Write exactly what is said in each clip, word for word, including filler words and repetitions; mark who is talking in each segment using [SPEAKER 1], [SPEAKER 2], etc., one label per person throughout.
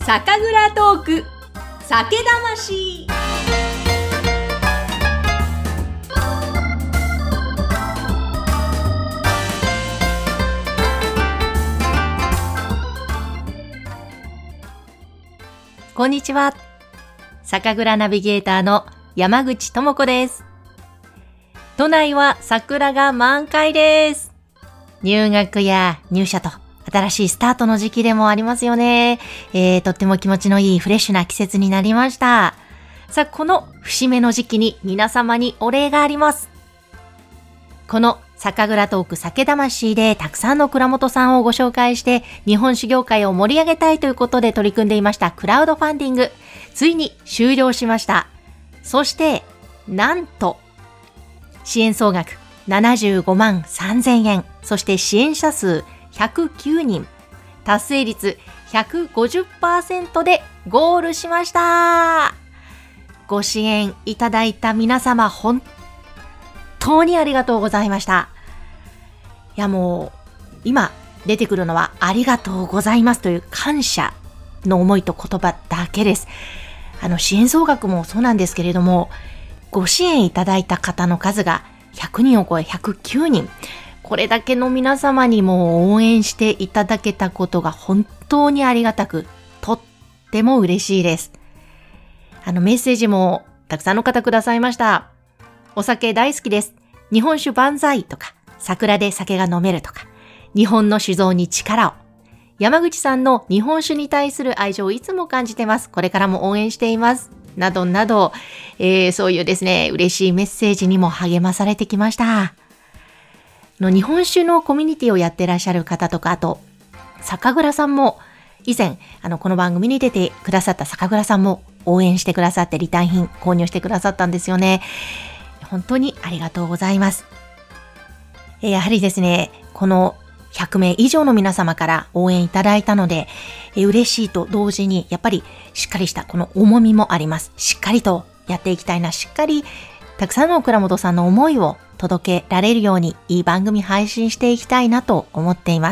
[SPEAKER 1] 酒蔵トーク酒魂。
[SPEAKER 2] こんにちは。酒蔵ナビゲーターの山口智子です。都内は桜が満開です。入学や入社と新しいスタートの時期でもありますよね。えー、とっても気持ちのいいフレッシュな季節になりました。さあ、この節目の時期に皆様にお礼があります。この酒蔵トーク酒魂でたくさんの蔵元さんをご紹介して日本酒業界を盛り上げたいということで取り組んでいましたクラウドファンディング、ついに終了しました。そしてなんと支援総額ななじゅうごまんさんぜんえん、そして支援者数ひゃくきゅうにん、達成率 ひゃくごじゅっパーセント でゴールしました。ご支援いただいた皆様、本当にありがとうございました。いや、もう今出てくるのはありがとうございますという感謝の思いと言葉だけです。あの支援総額もそうなんですけれども、ご支援いただいた方の数がひゃくにんを超えひゃくきゅうにん、これだけの皆様にも応援していただけたことが本当にありがたく、とっても嬉しいです。あのメッセージもたくさんの方くださいました。お酒大好きです。日本酒万歳とか、桜で酒が飲めるとか、日本の酒造に力を。山口さんの日本酒に対する愛情をいつも感じてます。これからも応援しています。などなど、えー、そういうですね、嬉しいメッセージにも励まされてきました。の日本酒のコミュニティをやってらっしゃる方とか、あと、酒蔵さんも、以前、あの、この番組に出てくださった酒蔵さんも応援してくださって、リターン品購入してくださったんですよね。本当にありがとうございます。えやはりですね、このひゃくめい以上の皆様から応援いただいたので、え嬉しいと同時に、やっぱりしっかりしたこの重みもあります。しっかりとやっていきたいな、しっかりたくさんの蔵元さんの思いを届けられるように、いい番組配信していきたいなと思っています。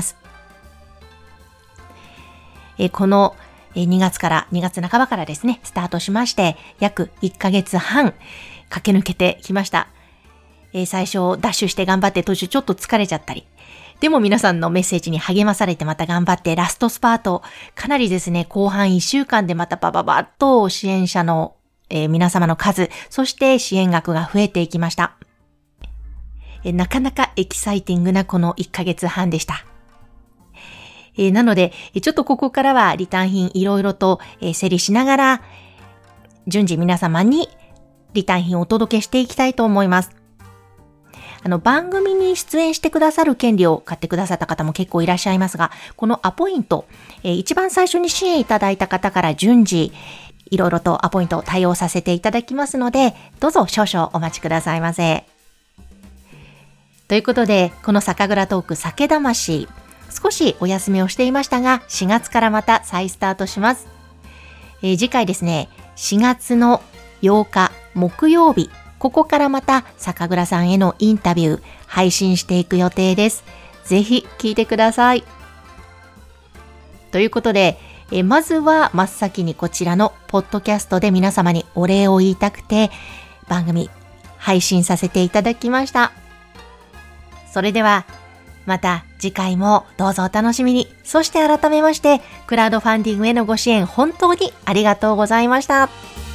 [SPEAKER 2] えこのにがつから、にがつなかばからですね、スタートしまして、約いっかげつはん駆け抜けてきました。えー、最初ダッシュして頑張って途中ちょっと疲れちゃったり、でも皆さんのメッセージに励まされてまた頑張ってラストスパート、かなりですね、後半いっしゅうかんでまたバババッと支援者の、えー、皆様の数、そして支援額が増えていきました。えー、なかなかエキサイティングなこのいっかげつはんでした。えー、なので、ちょっとここからはリターン品いろいろと、えー、整理しながら、順次皆様にリターン品をお届けしていきたいと思います。あの番組に出演してくださる権利を買ってくださった方も結構いらっしゃいますが、このアポイント、えー、一番最初に支援いただいた方から順次いろいろとアポイントを対応させていただきますので、どうぞ少々お待ちくださいませ。ということで、この酒蔵トーク酒魂、少しお休みをしていましたが、しがつからまた再スタートします。えー、次回ですね、しがつのようか木曜日、ここからまた酒蔵さんへのインタビュー配信していく予定です。ぜひ聞いてください。ということで、えまずは真っ先にこちらのポッドキャストで皆様にお礼を言いたくて番組配信させていただきました。それではまた次回もどうぞお楽しみに。そして改めましてクラウドファンディングへのご支援本当にありがとうございました。